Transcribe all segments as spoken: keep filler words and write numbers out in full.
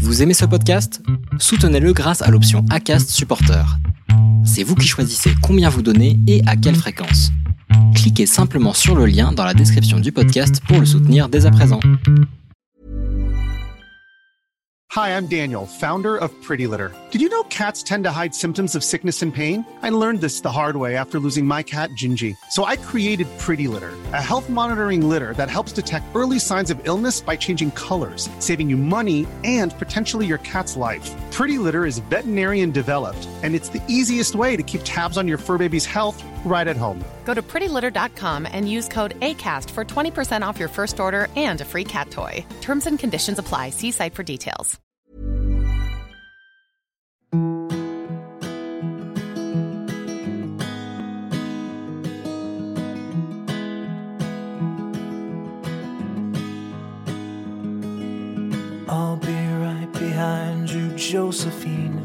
Vous aimez ce podcast ? Soutenez-le grâce à l'option Acast Supporter. C'est vous qui choisissez combien vous donnez et à quelle fréquence. Cliquez simplement sur le lien dans la description du podcast pour le soutenir dès à présent. Hi, I'm Daniel, founder of Pretty Litter. Did you know cats tend to hide symptoms of sickness and pain? I learned this the hard way after losing my cat, Gingy. So I created Pretty Litter, a health monitoring litter that helps detect early signs of illness by changing colors, saving you money and potentially your cat's life. Pretty Litter is veterinarian developed, and it's the easiest way to keep tabs on your fur baby's health right at home. Go to pretty litter dot com and use code ACAST for twenty percent off your first order and a free cat toy. Terms and conditions apply. See site for details. I'll be right behind you, Josephine.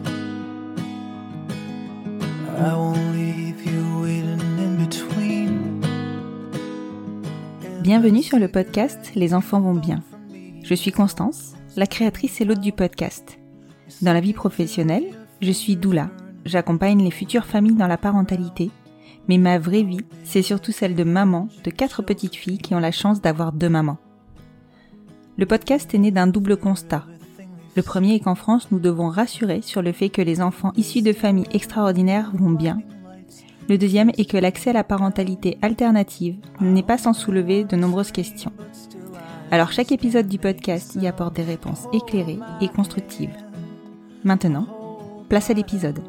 I won't leave you waiting in between. Bienvenue sur le podcast Les enfants vont bien. Je suis Constance, la créatrice et l'hôte du podcast. Dans la vie professionnelle, je suis doula. J'accompagne les futures familles dans la parentalité, mais ma vraie vie, c'est surtout celle de maman de quatre petites filles qui ont la chance d'avoir deux mamans. Le podcast est né d'un double constat. Le premier est qu'en France, nous devons rassurer sur le fait que les enfants issus de familles extraordinaires vont bien. Le deuxième est que l'accès à la parentalité alternative n'est pas sans soulever de nombreuses questions. Alors chaque épisode du podcast y apporte des réponses éclairées et constructives. Maintenant, place à l'épisode.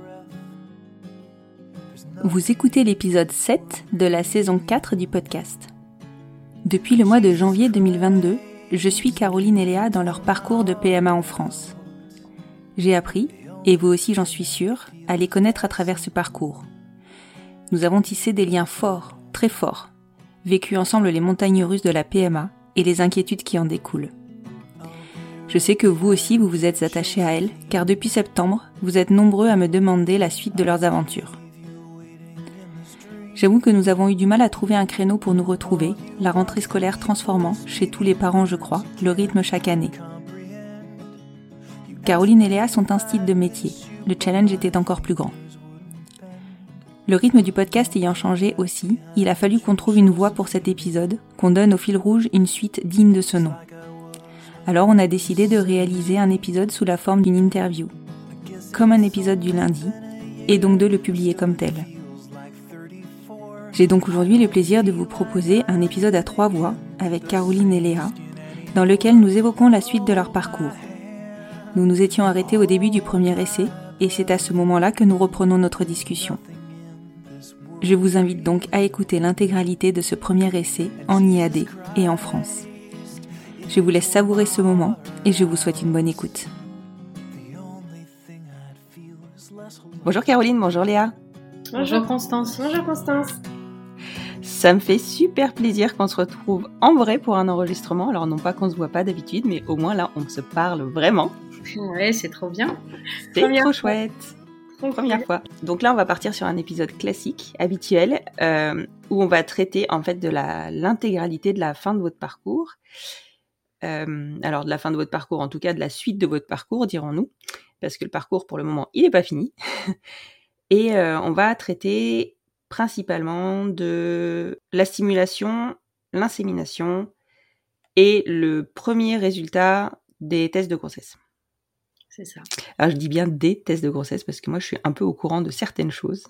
Vous écoutez l'épisode sept de la saison quatre du podcast. Depuis le mois de janvier deux mille vingt-deux, je suis Caroline et Léa dans leur parcours de P M A en France. J'ai appris, et vous aussi j'en suis sûre, à les connaître à travers ce parcours. Nous avons tissé des liens forts, très forts, vécu ensemble les montagnes russes de la P M A et les inquiétudes qui en découlent. Je sais que vous aussi vous vous êtes attachés à elles, car depuis septembre, vous êtes nombreux à me demander la suite de leurs aventures. J'avoue que nous avons eu du mal à trouver un créneau pour nous retrouver, la rentrée scolaire transformant, chez tous les parents je crois, le rythme chaque année. Caroline et Léa sont un style de métier, le challenge était encore plus grand. Le rythme du podcast ayant changé aussi, il a fallu qu'on trouve une voie pour cet épisode, qu'on donne au fil rouge une suite digne de ce nom. Alors on a décidé de réaliser un épisode sous la forme d'une interview, comme un épisode du lundi, et donc de le publier comme tel. J'ai donc aujourd'hui le plaisir de vous proposer un épisode à trois voix avec Caroline et Léa, dans lequel nous évoquons la suite de leur parcours. Nous nous étions arrêtés au début du premier essai, et c'est à ce moment-là que nous reprenons notre discussion. Je vous invite donc à écouter l'intégralité de ce premier essai en I A D et en France. Je vous laisse savourer ce moment et je vous souhaite une bonne écoute. Bonjour Caroline, bonjour Léa. Bonjour Constance. Bonjour Constance. Ça me fait super plaisir qu'on se retrouve en vrai pour un enregistrement. Alors non pas qu'on se voit pas d'habitude, mais au moins là on se parle vraiment. Ouais, c'est trop bien. C'est Première trop fois. chouette. Première fois. Donc là, on va partir sur un épisode classique, habituel, euh, où on va traiter en fait de la l'intégralité de la fin de votre parcours. Euh, alors de la fin de votre parcours, en tout cas de la suite de votre parcours, dirons-nous, parce que le parcours pour le moment, il n'est pas fini. Et euh, on va traiter principalement de la stimulation, l'insémination et le premier résultat des tests de grossesse. C'est ça. Alors je dis bien des tests de grossesse parce que moi je suis un peu au courant de certaines choses.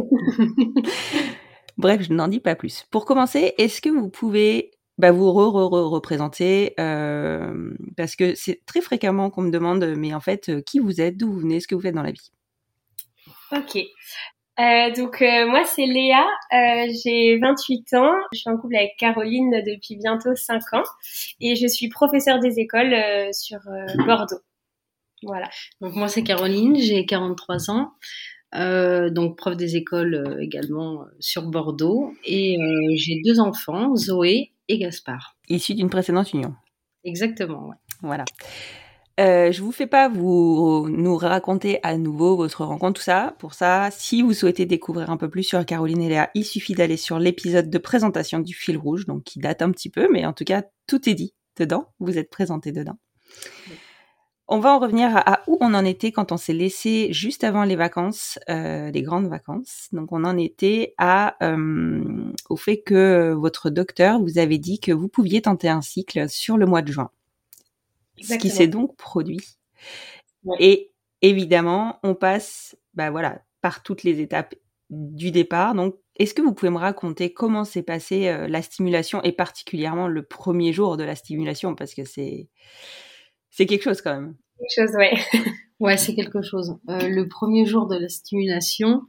Bref, je n'en dis pas plus. Pour commencer, est-ce que vous pouvez bah, vous re-re-représenter euh, parce que c'est très fréquemment qu'on me demande mais en fait euh, qui vous êtes, d'où vous venez, ce que vous faites dans la vie. Ok. Euh, donc euh, moi c'est Léa, euh, j'ai vingt-huit ans, je suis en couple avec Caroline depuis bientôt cinq ans et je suis professeure des écoles euh, sur euh, Bordeaux. Voilà. Donc moi c'est Caroline, j'ai quarante-trois ans, euh, donc prof des écoles euh, également euh, sur Bordeaux et euh, j'ai deux enfants, Zoé et Gaspard. Issus d'une précédente union. Exactement, ouais. Voilà. Euh, je vous fais pas vous nous raconter à nouveau votre rencontre, tout ça. Pour ça, si vous souhaitez découvrir un peu plus sur Caroline et Léa, il suffit d'aller sur l'épisode de présentation du fil rouge, donc qui date un petit peu, mais en tout cas, tout est dit dedans. Vous êtes présentés dedans. On va en revenir à, à où on en était quand on s'est laissé juste avant les vacances, euh, les grandes vacances. Donc, on en était à euh, au fait que votre docteur vous avait dit que vous pouviez tenter un cycle sur le mois de juin. Exactement. Ce qui s'est donc produit. Ouais. Et évidemment, on passe, bah voilà, par toutes les étapes du départ. Donc, est-ce que vous pouvez me raconter comment s'est passée euh, la stimulation et particulièrement le premier jour de la stimulation, parce que c'est c'est quelque chose quand même. Quelque chose, ouais. Ouais, c'est quelque chose. Euh, le premier jour de la stimulation,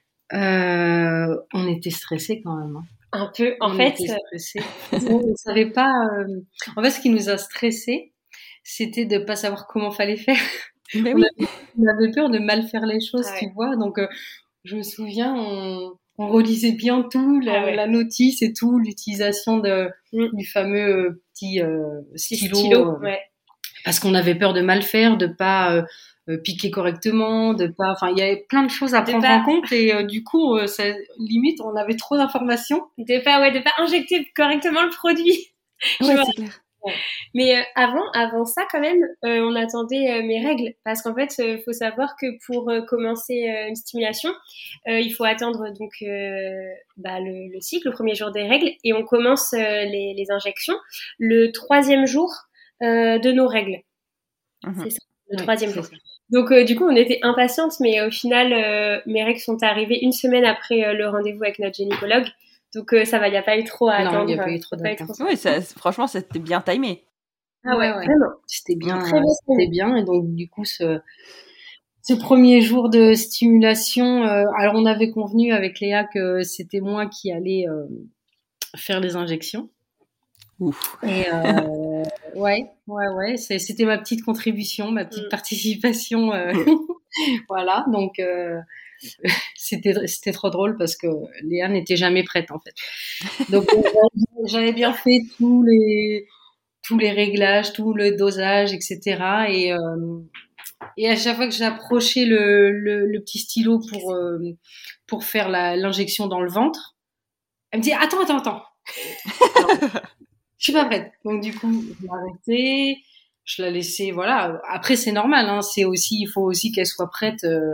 euh, on était stressés quand même. Hein. Un peu, en on fait. Était stressés. on ne savait pas. Euh... En fait, ce qui nous a stressés, c'était de pas savoir comment fallait faire. Mais on, oui. avait, on avait peur de mal faire les choses, ah, tu ouais. vois. Donc, euh, je me souviens, on, on relisait bien tout, la, ah, ouais. la notice et tout, l'utilisation de, mm. du fameux petit euh, stylo. stylo euh, ouais. Parce qu'on avait peur de mal faire, de pas euh, euh, piquer correctement, de pas. Enfin, il y avait plein de choses à de prendre pas... en compte et euh, du coup, euh, ça, limite, on avait trop d'informations. De pas, ouais, de pas injecter correctement le produit. Ouais, c'est clair. Ouais. Mais euh, avant, avant ça, quand même, euh, on attendait euh, mes règles parce qu'en fait, il euh, faut savoir que pour euh, commencer euh, une stimulation, euh, il faut attendre donc euh, bah, le, le cycle, le premier jour des règles, et on commence euh, les, les injections le troisième jour euh, de nos règles. Mmh. C'est ça, le ouais, troisième jour. Ça. Donc euh, du coup, on était impatientes, mais au final, euh, mes règles sont arrivées une semaine après euh, le rendez-vous avec notre gynécologue. Donc euh, ça va, il n'y a pas eu trop à non, attendre. Non, il n'y a pas eu trop d'attente. Oui, ça, franchement, c'était bien timé. Ah ouais, ouais. Vraiment. C'était bien, euh, c'était bien. Et donc du coup, ce, ce premier jour de stimulation, euh, alors on avait convenu avec Léa que c'était moi qui allais euh, faire les injections. Ouf. Et euh, ouais, ouais, ouais, c'est, c'était ma petite contribution, ma petite participation. Euh, voilà, donc. Euh, C'était, c'était trop drôle parce que Léa n'était jamais prête en fait. Donc euh, j'avais bien fait tous les tous les réglages, tout le dosage, et cetera. Et euh, et à chaque fois que j'approchais le le, le petit stylo pour euh, pour faire la, l'injection dans le ventre, elle me dit attends attends attends. Alors, je suis pas prête. Donc du coup je l'ai arrêtée, je la laissais voilà. Après c'est normal, hein, c'est aussi il faut aussi qu'elle soit prête. Euh,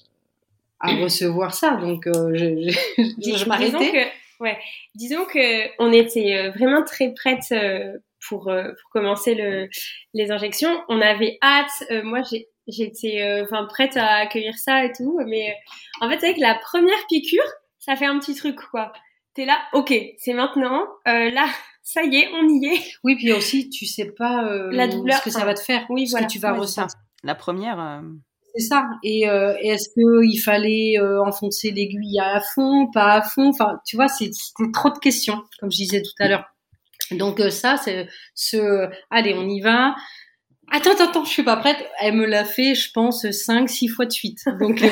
à recevoir ça, donc euh, je, je, je m'arrêtais. Disons que, ouais, disons que on était vraiment très prêtes euh, pour euh, pour commencer le les injections. On avait hâte. Euh, moi, j'ai j'étais enfin euh, prête à accueillir ça et tout, mais euh, en fait, c'est vrai que la première piqûre, ça fait un petit truc quoi. T'es là, ok, c'est maintenant. Euh, là, ça y est, on y est. Oui, puis aussi, tu sais pas euh, la douleur, ce que ça va te faire, oui, ce voilà, que tu vas ouais, ressentir. La première. Euh... C'est ça. Et euh, est-ce que il fallait euh, enfoncer l'aiguille à fond, pas à fond? Enfin, tu vois, c'est, c'était trop de questions, comme je disais tout à l'heure. Donc euh, ça, c'est ce. Allez, on y va. Attends, attends, attends, je suis pas prête. Elle me l'a fait, je pense, cinq, six fois de suite. Donc euh,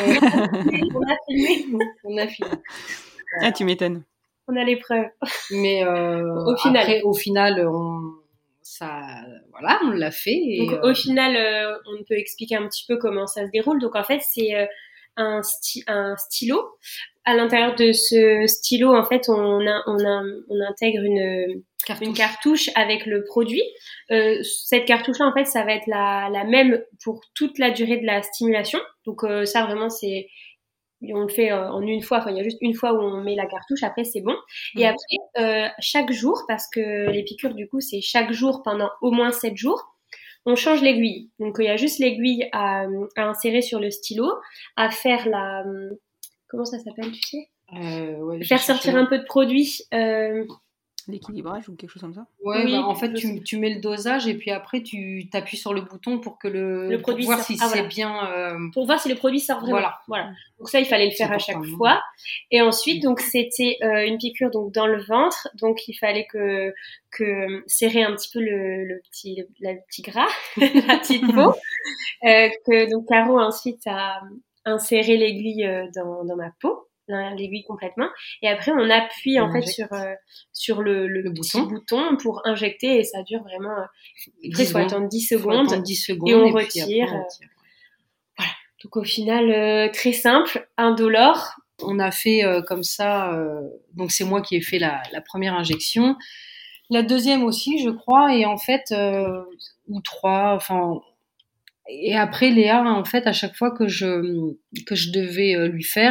on a filmé. On a filmé. Ah, tu m'étonnes. On a les preuves. Mais euh, au final, après, au final, on. Ça, voilà, on l'a fait. Et donc euh... au final, euh, on peut expliquer un petit peu comment ça se déroule. Donc en fait, c'est euh, un, sti- un stylo. À l'intérieur de ce stylo, en fait, on, a, on, a, on intègre une cartouche. une cartouche avec le produit. Euh, cette cartouche-là, en fait, ça va être la, la même pour toute la durée de la stimulation. Donc euh, ça, vraiment, c'est on le fait en une fois, enfin il y a juste une fois où on met la cartouche, après c'est bon. Et mmh. après, euh, chaque jour, parce que les piqûres du coup c'est chaque jour pendant au moins sept jours, on change l'aiguille. Donc il y a juste l'aiguille à, à insérer sur le stylo, à faire la... Comment ça s'appelle, tu sais euh, ouais, faire sortir un peu de produit. Euh... L'équilibrage ou quelque chose comme ça. Ouais, oui, bah, en fait, tu, tu mets le dosage et puis après, tu t'appuies sur le bouton pour que le, le produit pour voir sort. si ah, c'est voilà. bien. Euh... Pour voir si le produit sort vraiment. Voilà. voilà. Donc ça, il fallait le faire à chaque fois. Et ensuite, donc c'était euh, une piqûre donc dans le ventre, donc il fallait que que serrer un petit peu le, le petit le, le petit gras, la petite peau. euh, que donc Caro ensuite a inséré l'aiguille dans dans ma peau. L'aiguille complètement et après on appuie on en injecte. fait sur euh, sur le, le, le bouton. bouton pour injecter et ça dure vraiment après il faut attendre dix secondes, dix secondes et on et retire, après, on retire. Euh, voilà donc au final euh, très simple, indolore. On a fait euh, comme ça euh, donc c'est moi qui ai fait la, la première injection, la deuxième aussi je crois et en fait euh, ou trois enfin et après, Léa, en fait, à chaque fois que je, que je devais lui faire,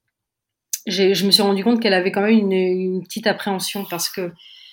j'ai, je me suis rendu compte qu'elle avait quand même une, une petite appréhension parce que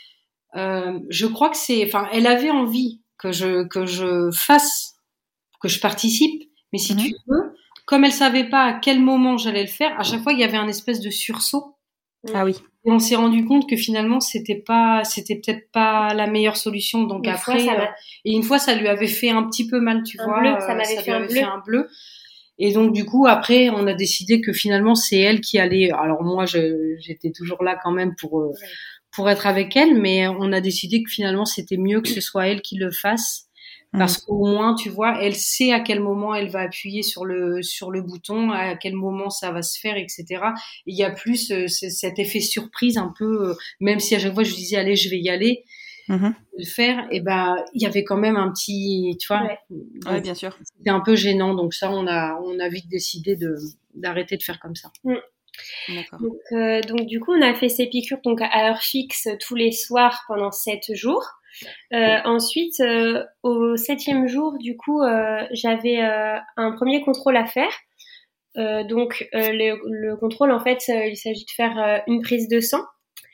euh, je crois que c'est, enfin, elle avait envie que je, que je fasse, que je participe, mais si mm-hmm. tu veux, comme elle savait pas à quel moment j'allais le faire, à chaque fois, il y avait un espèce de sursaut. Ah oui. Et on s'est rendu compte que finalement, c'était pas, c'était peut-être pas la meilleure solution. Donc une après, fois, euh, et une fois, ça lui avait fait un petit peu mal, tu un vois. Bleu, ça m'avait ça fait, lui un, avait bleu. fait un bleu. Et donc, du coup, après, on a décidé que finalement, c'est elle qui allait. Alors moi, je, j'étais toujours là quand même pour, euh, pour être avec elle, mais on a décidé que finalement, c'était mieux que ce soit elle qui le fasse. Parce mmh. qu'au moins, tu vois, elle sait à quel moment elle va appuyer sur le sur le bouton, à quel moment ça va se faire, et cetera. Il y a plus euh, cet effet surprise un peu, euh, même si à chaque fois je disais allez, je vais y aller, mmh. le faire, et ben il y avait quand même un petit, tu vois, ouais, ouais bien sûr. C'était un peu gênant, donc ça on a on a vite décidé de d'arrêter de faire comme ça. Mmh. D'accord. Donc, euh, donc du coup, on a fait ces piqûres donc à heure fixe tous les soirs pendant sept jours. Euh, ensuite, euh, au septième jour, du coup, euh, j'avais euh, un premier contrôle à faire. Euh, donc, euh, le, le contrôle, en fait, euh, il s'agit de faire euh, une prise de sang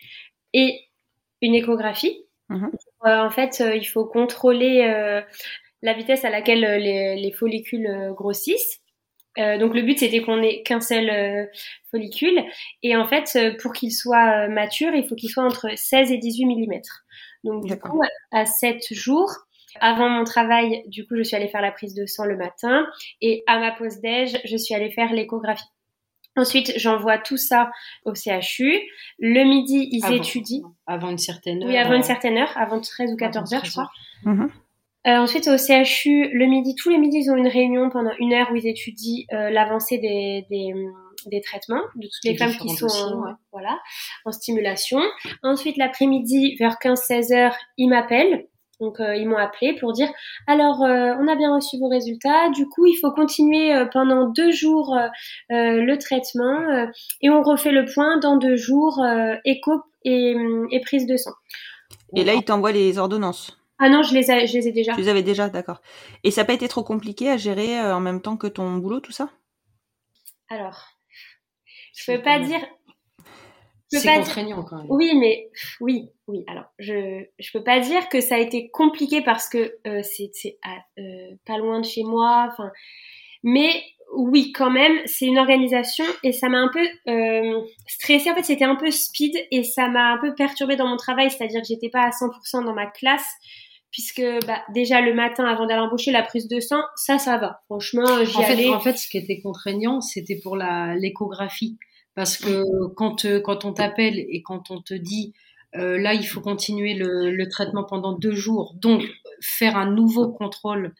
et une échographie. Mmh. Euh, en fait, euh, il faut contrôler euh, la vitesse à laquelle euh, les, les follicules euh, grossissent. Euh, donc le but c'était qu'on ait qu'un seul euh, follicule et en fait euh, pour qu'il soit euh, mature il faut qu'il soit entre seize et dix-huit millimètres. Donc du D'accord. coup à sept jours avant mon travail du coup je suis allée faire la prise de sang le matin et à ma pause déj je suis allée faire l'échographie. Ensuite j'envoie tout ça au C H U. Le midi ils avant, étudient. Avant une certaine heure. Oui avant euh... une certaine heure, avant treize ou quatorze heures je crois. Mmh. Euh, ensuite, au C H U, le midi, tous les midis, ils ont une réunion pendant une heure où ils étudient euh, l'avancée des, des, des traitements de toutes les, les femmes qui sont dossiers, ouais. voilà, en stimulation. Ensuite, l'après-midi, vers quinze seize heures, ils m'appellent. Donc, euh, ils m'ont appelé pour dire « Alors, euh, on a bien reçu vos résultats. Du coup, il faut continuer euh, pendant deux jours euh, euh, le traitement euh, et on refait le point dans deux jours, euh, écho et, et prise de sang. » Et là, ils t'envoient les ordonnances. Ah non, je les, ai, je les ai déjà. Tu les avais déjà, d'accord. Et ça n'a pas été trop compliqué à gérer euh, en même temps que ton boulot, tout ça ? Alors, je peux pas dire... Je c'est pas contraignant dire... quand même. Oui, mais... Oui, oui. Alors, je je peux pas dire que ça a été compliqué parce que euh, c'est, c'est à, euh, pas loin de chez moi. Enfin, mais oui, quand même, c'est une organisation et ça m'a un peu euh, stressée. En fait, c'était un peu speed et ça m'a un peu perturbée dans mon travail. C'est-à-dire que j'étais pas à cent pour cent dans ma classe. Puisque bah, déjà le matin avant d'aller embaucher la prise de sang, ça, ça va. Franchement, j'y en fait, allais. En fait, ce qui était contraignant, c'était pour la, l'échographie. Parce que quand, euh, quand on t'appelle et quand on te dit euh, là, il faut continuer le, le traitement pendant deux jours, donc faire un nouveau contrôle,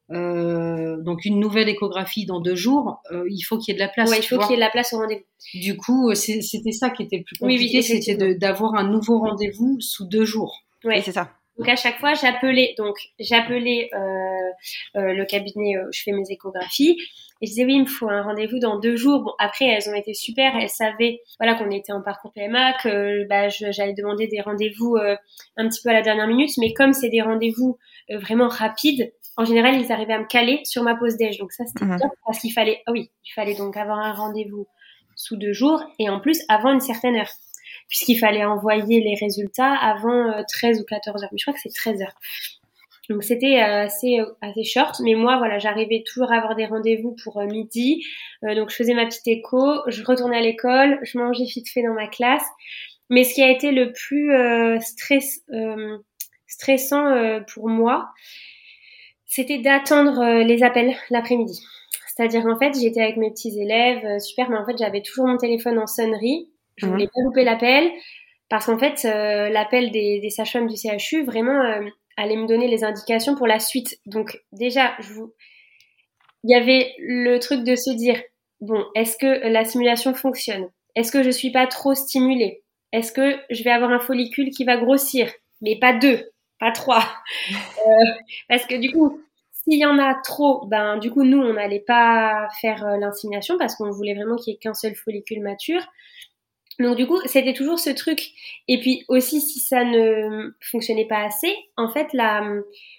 euh, donc une nouvelle échographie dans deux jours, euh, il faut qu'il y ait de la place. Ouais, il faut vois. qu'il y ait de la place au rendez-vous. Du coup, c'est, c'était ça qui était le plus compliqué, oui, oui, c'était de, d'avoir un nouveau rendez-vous sous deux jours. Ouais, oui, c'est ça. Donc à chaque fois, j'appelais donc j'appelais euh, euh, le cabinet où je fais mes échographies et je disais oui, il me faut un rendez-vous dans deux jours. Bon après, elles ont été super, elles savaient voilà qu'on était en parcours P M A, que bah je, j'allais demander des rendez-vous euh, un petit peu à la dernière minute, mais comme c'est des rendez-vous euh, vraiment rapides, en général ils arrivaient à me caler sur ma pause déj. Donc ça c'était mmh. top parce qu'il fallait ah oui, il fallait donc avoir un rendez-vous sous deux jours et en plus avant une certaine heure. Puisqu'il fallait envoyer les résultats avant euh, treize ou quatorze heures. Mais je crois que c'est treize heures. Donc, c'était euh, assez, euh, assez short. Mais moi, voilà, j'arrivais toujours à avoir des rendez-vous pour euh, midi. Euh, donc, je faisais ma petite écho. Je retournais à l'école. Je mangeais vite fait dans ma classe. Mais ce qui a été le plus euh, stress, euh, stressant euh, pour moi, c'était d'attendre euh, les appels l'après-midi. C'est-à-dire, en fait, j'étais avec mes petits élèves, euh, super, mais en fait, j'avais toujours mon téléphone en sonnerie. Je voulais pas louper l'appel parce qu'en fait, euh, l'appel des, des sages-femmes du C H U vraiment euh, allait me donner les indications pour la suite. Donc déjà, je vous... il y avait le truc de se dire bon, est-ce que la stimulation fonctionne ? Est-ce que je suis pas trop stimulée ? Est-ce que je vais avoir un follicule qui va grossir ? Mais pas deux, pas trois. euh, parce que du coup, s'il y en a trop, ben du coup nous on n'allait pas faire euh, l'insémination parce qu'on voulait vraiment qu'il y ait qu'un seul follicule mature. Donc du coup, c'était toujours ce truc. Et puis aussi, si ça ne fonctionnait pas assez, en fait, la,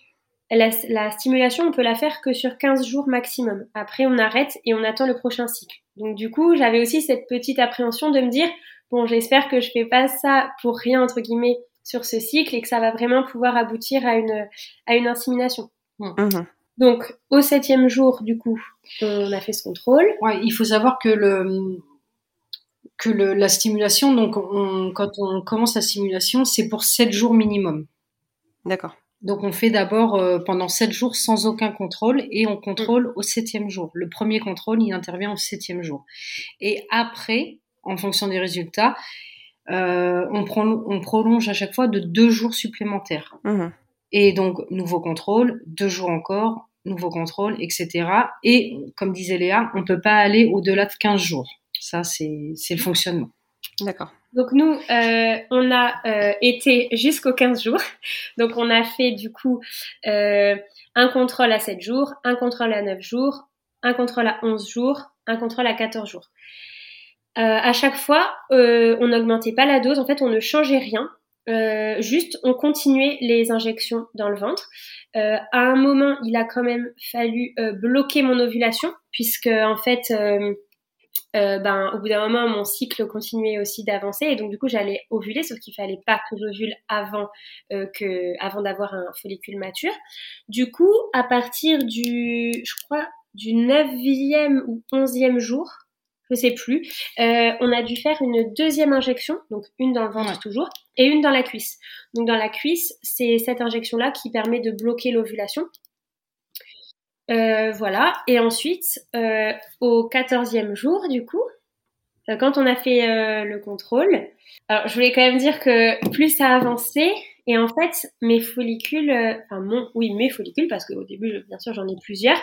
la, la stimulation, on peut la faire que sur quinze jours maximum. Après, on arrête et on attend le prochain cycle. Donc, du coup, j'avais aussi cette petite appréhension de me dire, bon, j'espère que je fais pas ça pour rien, entre guillemets, sur ce cycle et que ça va vraiment pouvoir aboutir à une, à une insémination. Mmh. Donc, au septième jour, du coup, on a fait ce contrôle. Ouais, il faut savoir que le, que le, la stimulation, donc, on, quand on commence la stimulation, c'est pour sept jours minimum. D'accord. Donc, on fait d'abord euh, pendant sept jours sans aucun contrôle et on contrôle au septième jour. Le premier contrôle, il intervient au septième jour. Et après, en fonction des résultats, euh, on, prolonge, on prolonge à chaque fois de deux jours supplémentaires. Mmh. Et donc, nouveau contrôle, deux jours encore, nouveau contrôle, et cetera. Et comme disait Léa, on ne peut pas aller au-delà de quinze jours. Ça, c'est, c'est le fonctionnement. D'accord. Donc nous, euh, on a euh, été jusqu'aux quinze jours. Donc on a fait du coup euh, un contrôle à sept jours, un contrôle à neuf jours, un contrôle à onze jours, un contrôle à quatorze jours. Euh, à chaque fois, euh, on n'augmentait pas la dose. En fait, on ne changeait rien. Euh, juste, on continuait les injections dans le ventre. Euh, à un moment, il a quand même fallu euh, bloquer mon ovulation puisque en fait... Euh, Euh, ben, au bout d'un moment, mon cycle continuait aussi d'avancer et donc du coup, j'allais ovuler, sauf qu'il fallait pas que j'ovule avant euh, que, avant d'avoir un follicule mature. Du coup, à partir du, je crois, du neuvième ou onzième jour, je sais plus, euh, on a dû faire une deuxième injection, donc une dans le ventre Ouais. toujours et une dans la cuisse. Donc dans la cuisse, c'est cette injection-là qui permet de bloquer l'ovulation. Euh, voilà. Et ensuite, euh, au quatorzième jour, du coup, euh, quand on a fait euh, le contrôle, alors je voulais quand même dire que plus ça avançait, et en fait, mes follicules, euh, enfin mon, oui, mes follicules, parce qu'au début, je, bien sûr, j'en ai plusieurs.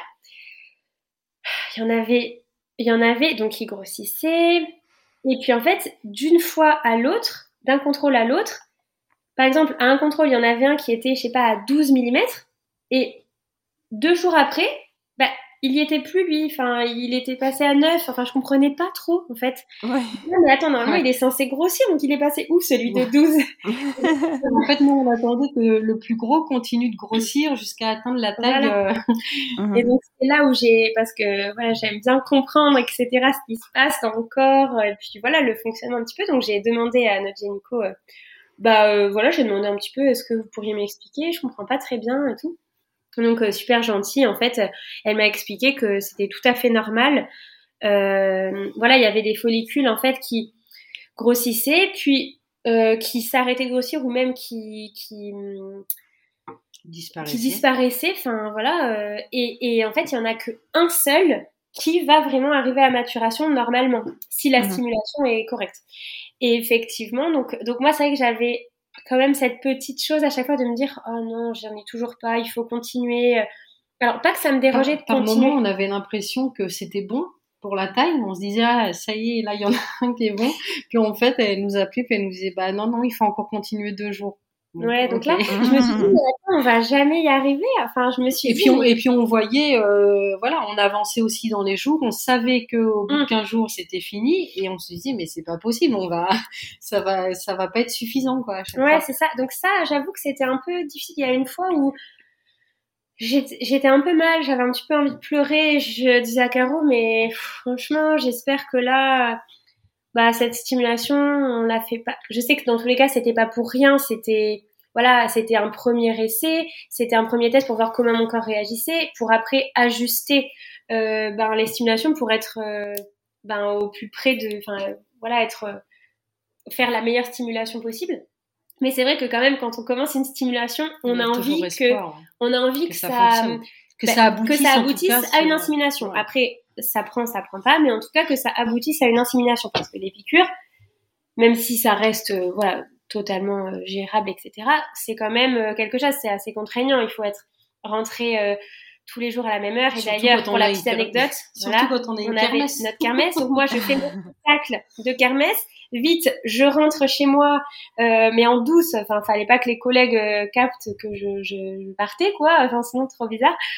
Il y en avait, il y en avait donc qui grossissaient. Et puis en fait, d'une fois à l'autre, d'un contrôle à l'autre, par exemple, à un contrôle, il y en avait un qui était, je sais pas, à douze millimètres, et deux jours après, bah, il y était plus, lui. Enfin, il était passé à neuf. Enfin, je comprenais pas trop, en fait. Ouais. Non, mais attends, normalement, Ouais. il est censé grossir, donc il est passé où, celui de douze? En fait, nous, on attendait que le plus gros continue de grossir jusqu'à atteindre la taille. Voilà. Euh... Mmh. Et donc, c'est là où j'ai, parce que, voilà, j'aime bien comprendre, et cetera, ce qui se passe dans le corps, et puis voilà, le fonctionnement un petit peu. Donc, j'ai demandé à notre gynéco, euh, bah, euh, voilà, j'ai demandé un petit peu, est-ce que vous pourriez m'expliquer? Je comprends pas très bien et tout. Donc, euh, super gentille, en fait, elle m'a expliqué que c'était tout à fait normal. Euh, voilà, il y avait des follicules, en fait, qui grossissaient, puis euh, qui s'arrêtaient de grossir, ou même qui... qui disparaissait. qui disparaissaient, enfin voilà, euh, et, et en fait il y en a qu'un seul qui va vraiment arriver à maturation normalement, si la Mhm. stimulation est correcte. Et effectivement, donc, donc moi c'est vrai que j'avais quand même cette petite chose à chaque fois de me dire, oh non, j'en ai toujours pas, il faut continuer. Alors pas que ça me dérangeait Par, de par continuer. moment, on avait l'impression que c'était bon pour la taille, on se disait, ah, ça y est, là, il y en a un qui est bon. Puis en fait, elle nous appelait, puis elle nous disait, bah non, non, il faut encore continuer deux jours. Donc, Ouais, donc ok. là, je me suis dit, mais attends, on va jamais y arriver. Enfin, je me suis Et dit. puis, on, et puis on voyait, euh, voilà, on avançait aussi dans les jours. On savait qu'au bout Mm. de quinze jours, c'était fini. Et on se disait, mais c'est pas possible, on va, ça va, ça va pas être suffisant, quoi. À chaque Ouais, fois. c'est ça. Donc ça, j'avoue que c'était un peu difficile. Il y a une fois où j'étais, j'étais un peu mal, j'avais un petit peu envie de pleurer. Je disais à Caro, mais pff, franchement, j'espère que là, bah cette stimulation, on l'a fait pas. Je sais que dans tous les cas, c'était pas pour rien. C'était voilà, c'était un premier essai, c'était un premier test pour voir comment mon corps réagissait, pour après ajuster euh, ben les stimulations pour être euh, ben au plus près de, enfin euh, voilà, être euh, faire la meilleure stimulation possible. Mais c'est vrai que quand même, quand on commence une stimulation, on, On a a envie toujours que, espoir, hein, on a envie que que, ça ça, fonctionne. Que ben, ça aboutisse, que ça en tout aboutisse cas, à une sur- insémination. ouais. Après, ça prend, ça prend pas, mais en tout cas que ça aboutisse à une insémination, parce que les piqûres, même si ça reste, euh, voilà, totalement euh, gérable, et cetera, c'est quand même euh, quelque chose, c'est assez contraignant. Il faut être rentré euh, tous les jours à la même heure. Et Surtout d'ailleurs, quand on pour la a petite une ker- anecdote, Surtout voilà, quand on a une on avait kermesse. notre kermesse. Donc moi, je fais mon spectacle de kermesse. Vite, je rentre chez moi, euh, mais en douce. Enfin, fallait pas que les collègues euh, captent que je, je partais, quoi. Enfin, sinon, trop bizarre.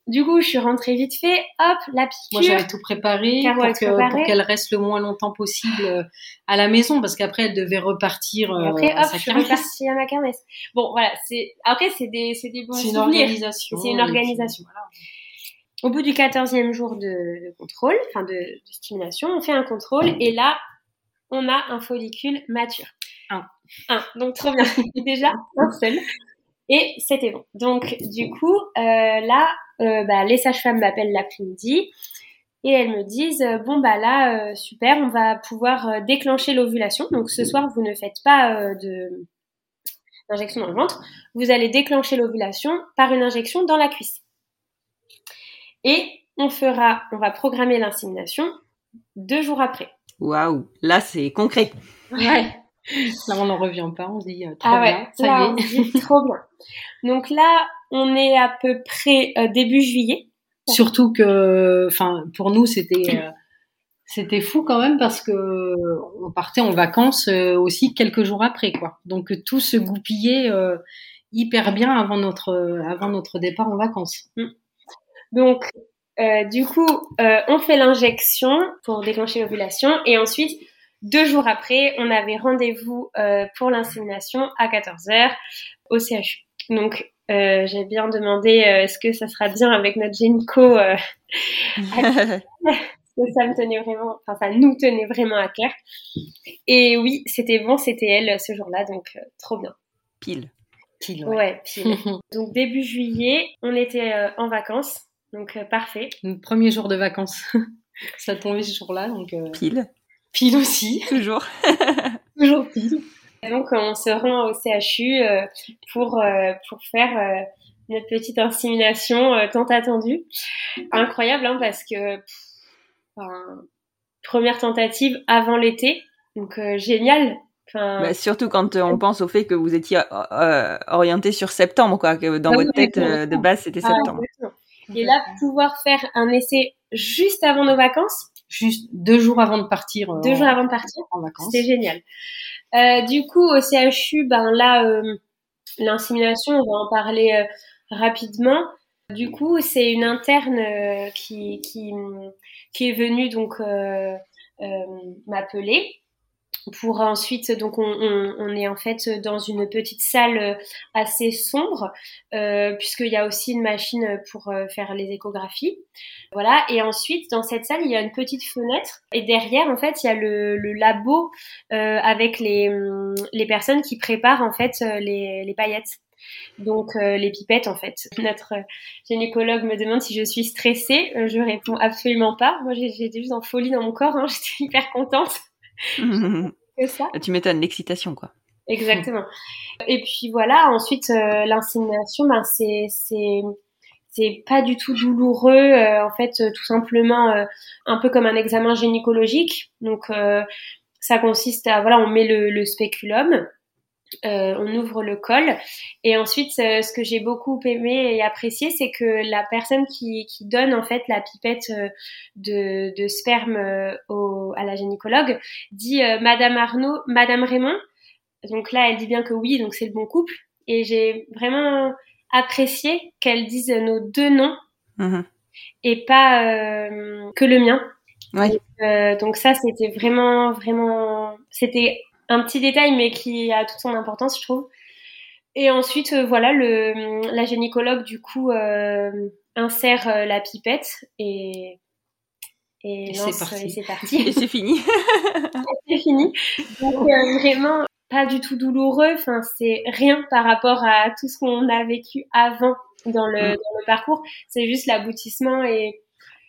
du coup, je suis rentrée vite fait, hop, la piqûre. Moi, j'avais tout préparé Caro, pour, elle que, préparait. pour qu'elle reste le moins longtemps possible euh, à la maison, parce qu'après, elle devait repartir euh, Et après, à hop, sa je suis kermesse. repartie à ma kermesse. Bon, voilà, c'est, après, c'est des, c'est des bons C'est une souvenirs. organisation. C'est une organisation. Puis, voilà. Au bout du quatorzième jour de, de contrôle, enfin de, de stimulation, on fait un contrôle et là, on a un follicule mature. Un. Un. Donc, trop bien. Déjà, un seul. Et c'était bon. Donc, du coup, euh, là, euh, bah, les sages-femmes m'appellent l'après-midi et elles me disent euh, bon, bah là, euh, super, on va pouvoir euh, déclencher l'ovulation. Donc, ce soir, vous ne faites pas euh, de d'injection dans le ventre. Vous allez déclencher l'ovulation par une injection dans la cuisse. Et on fera, on va programmer l'insémination deux jours après. Waouh, là c'est concret. Ouais. Là, on n'en revient pas, on se dit euh, trop Ah ouais, bien, ça là, y est. on se dit trop bien. Donc là, on est à peu près euh, début juillet. Surtout que, enfin, pour nous, c'était euh, c'était fou quand même parce que on partait en vacances euh, aussi quelques jours après, quoi. Donc tout se goupillait euh, hyper bien avant notre avant notre départ en vacances. Donc, euh, du coup, euh, on fait l'injection pour déclencher l'ovulation et ensuite, deux jours après, on avait rendez-vous euh, pour l'insémination à quatorze heures au C H U. Donc, euh, j'ai bien demandé euh, est-ce que ça sera bien avec notre gynéco euh, que ça me tenait vraiment, enfin ça nous tenait vraiment à cœur. Et oui, c'était bon, c'était elle ce jour-là, donc euh, trop bien. Pile. Pile, Ouais, ouais. pile. Donc début juillet, on était euh, en vacances, donc euh, parfait. Le premier jour de vacances, ça tombait ce jour-là, donc euh, Pile. pile aussi, Toujours. toujours pile. Et donc on se rend au C H U euh, pour euh, pour faire euh, notre petite insémination euh, tant attendue. Incroyable, hein, parce que pff, enfin, première tentative avant l'été, donc euh, génial. Enfin, Bah, surtout quand euh, on pense au fait que vous étiez euh, orienté sur septembre, quoi, que dans Ah votre oui, tête euh, de base c'était ah, septembre. exactement. Et là, pouvoir faire un essai juste avant nos vacances, Juste deux jours avant de partir. euh, deux en, jours avant de partir, en vacances. c'était génial. Euh, du coup, au C H U, ben là, euh, l'insémination, on va en parler euh, rapidement. Du coup, c'est une interne euh, qui, qui, qui est venue donc euh, euh, m'appeler pour ensuite, donc on, on, on est en fait dans une petite salle assez sombre euh, puisqu'il y a aussi une machine pour euh, faire les échographies. Voilà. Et ensuite, dans cette salle, il y a une petite fenêtre et derrière, en fait, il y a le, le labo euh, avec les, les personnes qui préparent en fait les, les paillettes. Donc euh, les pipettes en fait. Notre gynécologue me demande si je suis stressée. Euh, je réponds absolument pas. Moi j'étais juste en folie dans mon corps. Hein. J'étais hyper contente. Que ça. Tu m'étonnes, l'excitation, quoi. Exactement. Et puis voilà. Ensuite euh, l'insémination, ben c'est c'est c'est pas du tout douloureux. Euh, en fait, euh, tout simplement euh, un peu comme un examen gynécologique. Donc euh, ça consiste à voilà, on met le, le spéculum. Euh, on ouvre le col et ensuite euh, ce que j'ai beaucoup aimé et apprécié c'est que la personne qui, qui donne en fait la pipette euh, de, de sperme euh, au, à la gynécologue dit euh, Madame Arnaud, Madame Raymond, donc là elle dit bien que oui, donc c'est le bon couple et j'ai vraiment apprécié qu'elle dise nos deux noms Mmh. et pas euh, que le mien. Ouais. Et, euh, donc ça c'était vraiment vraiment c'était un petit détail, mais qui a toute son importance, je trouve. Et ensuite, euh, voilà, le, la gynécologue, du coup, euh, insère euh, la pipette et, et, Et lance, c'est parti. et c'est parti. Et c'est fini. C'est fini. Donc, euh, vraiment, pas du tout douloureux. Enfin, c'est rien par rapport à tout ce qu'on a vécu avant dans le, Mm. dans le parcours. C'est juste l'aboutissement et,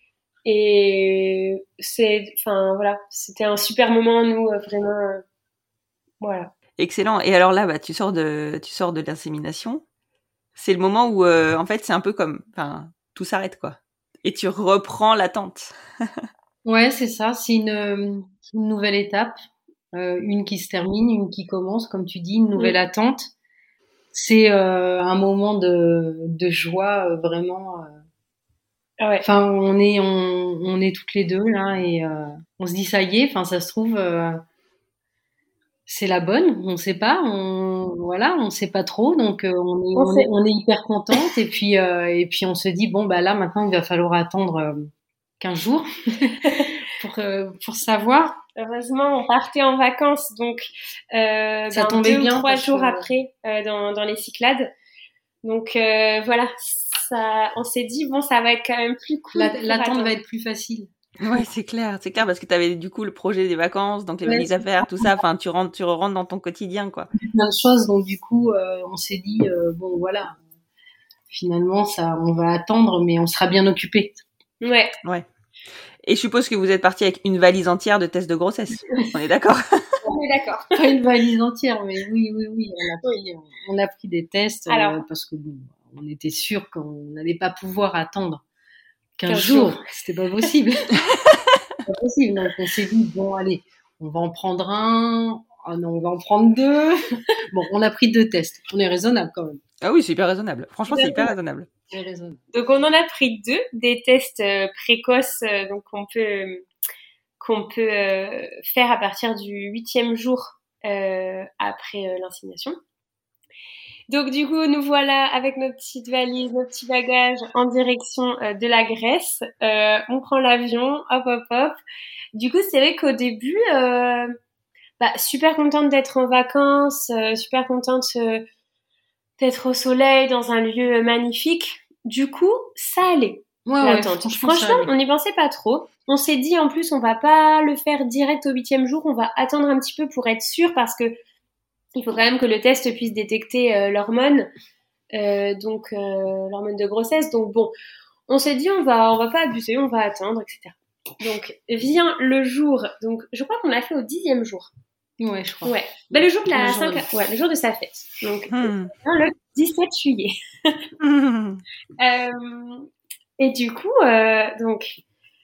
et c'est, enfin, voilà, c'était un super moment, nous, euh, vraiment, euh, voilà. Excellent. Et alors là, bah, tu sors de, tu sors de l'insémination. C'est le moment où, euh, en fait, c'est un peu comme, enfin, tout s'arrête, quoi. Et tu reprends l'attente. Ouais, c'est ça. C'est une, une nouvelle étape, euh, une qui se termine, une qui commence, comme tu dis, une nouvelle Mm. attente. C'est euh, un moment de, de joie euh, vraiment. euh, Ah ouais. Enfin, on est, on, on est toutes les deux là et euh, on se dit ça y est. Enfin, ça se trouve, euh, c'est la bonne. On sait pas. On, voilà, on sait pas trop, donc euh, on, est, on, on, est, on est hyper contente. Et puis, euh, et puis on se dit, bon, bah là, maintenant, il va falloir attendre euh, quinze jours pour, euh, pour savoir. Heureusement, on partait en vacances, donc euh, ça ben, tombait deux bien ou trois jours que... après euh, dans, dans les Cyclades. Donc euh, voilà, ça, on s'est dit, bon, ça va être quand même plus cool. La, l'attente va être plus facile. Ouais, c'est clair, c'est clair, parce que tu avais du coup le projet des vacances, donc les ouais, valises à faire, tout ça, enfin, tu rentres, tu rentres dans ton quotidien, quoi. Plein de choses, donc du coup, euh, on s'est dit, euh, bon, voilà, finalement, ça, on va attendre, mais on sera bien occupé. Ouais. Ouais. Et je suppose que vous êtes parti avec une valise entière de tests de grossesse. On est d'accord? On est d'accord. Pas une valise entière, mais oui, oui, oui, on a pris, on a pris des tests, Alors, euh, parce que bon, on était sûr qu'on n'allait pas pouvoir attendre quinze jours. jours. C'était pas possible. Pas possible. Donc on s'est dit, bon, allez, on va en prendre un. Ah non, on va en prendre deux. Bon, on a pris deux tests. On est raisonnable quand même. Ah oui, c'est hyper raisonnable. Franchement, c'est hyper raisonnable. C'est raisonnable. Donc on en a pris deux, des tests euh, précoces, euh, donc on peut euh, qu'on peut euh, faire à partir du huitième jour euh, après euh, l'insémination. Donc du coup, nous voilà avec nos petites valises, nos petits bagages en direction euh, de la Grèce. Euh, on prend l'avion, hop hop hop. Du coup, c'est vrai qu'au début, euh, bah, super contente d'être en vacances, euh, super contente euh, d'être au soleil dans un lieu magnifique. Du coup, ça allait. Ouais, ouais, franchement, franchement on n'y pensait pas trop. On s'est dit en plus, on va pas le faire direct au huitième jour, on va attendre un petit peu pour être sûr parce que il faut quand même que le test puisse détecter euh, l'hormone, euh, donc euh, l'hormone de grossesse. Donc bon, on s'est dit on va on va pas abuser, on va attendre, et cetera. Donc vient le jour. Donc je crois qu'on l'a fait au dixième jour. Ouais, je crois. Ouais. Bah, le jour de la le cinq... de... ouais, le jour de sa fête. Donc hmm. le dix-sept juillet. hmm. euh, et du coup, euh, donc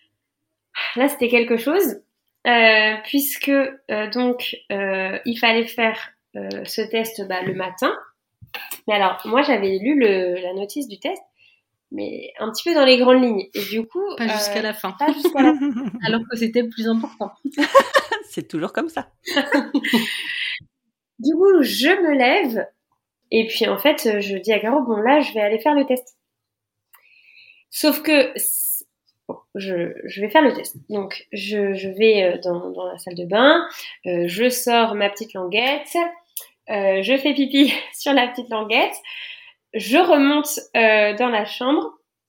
là c'était quelque chose, euh, puisque euh, donc euh, il fallait faire Euh, ce test bah, le matin. Mais alors, moi, j'avais lu le, la notice du test, mais un petit peu dans les grandes lignes. Et du coup... Pas jusqu'à euh, la fin. Pas jusqu'à la fin. Alors que c'était le plus important. C'est toujours comme ça. Du coup, je me lève, et puis en fait, je dis à Caro, bon là, je vais aller faire le test. Sauf que... Bon, je, je vais faire le test. Donc, je, je vais dans, dans la salle de bain, euh, je sors ma petite languette, euh, je fais pipi sur la petite languette, je remonte euh, dans la chambre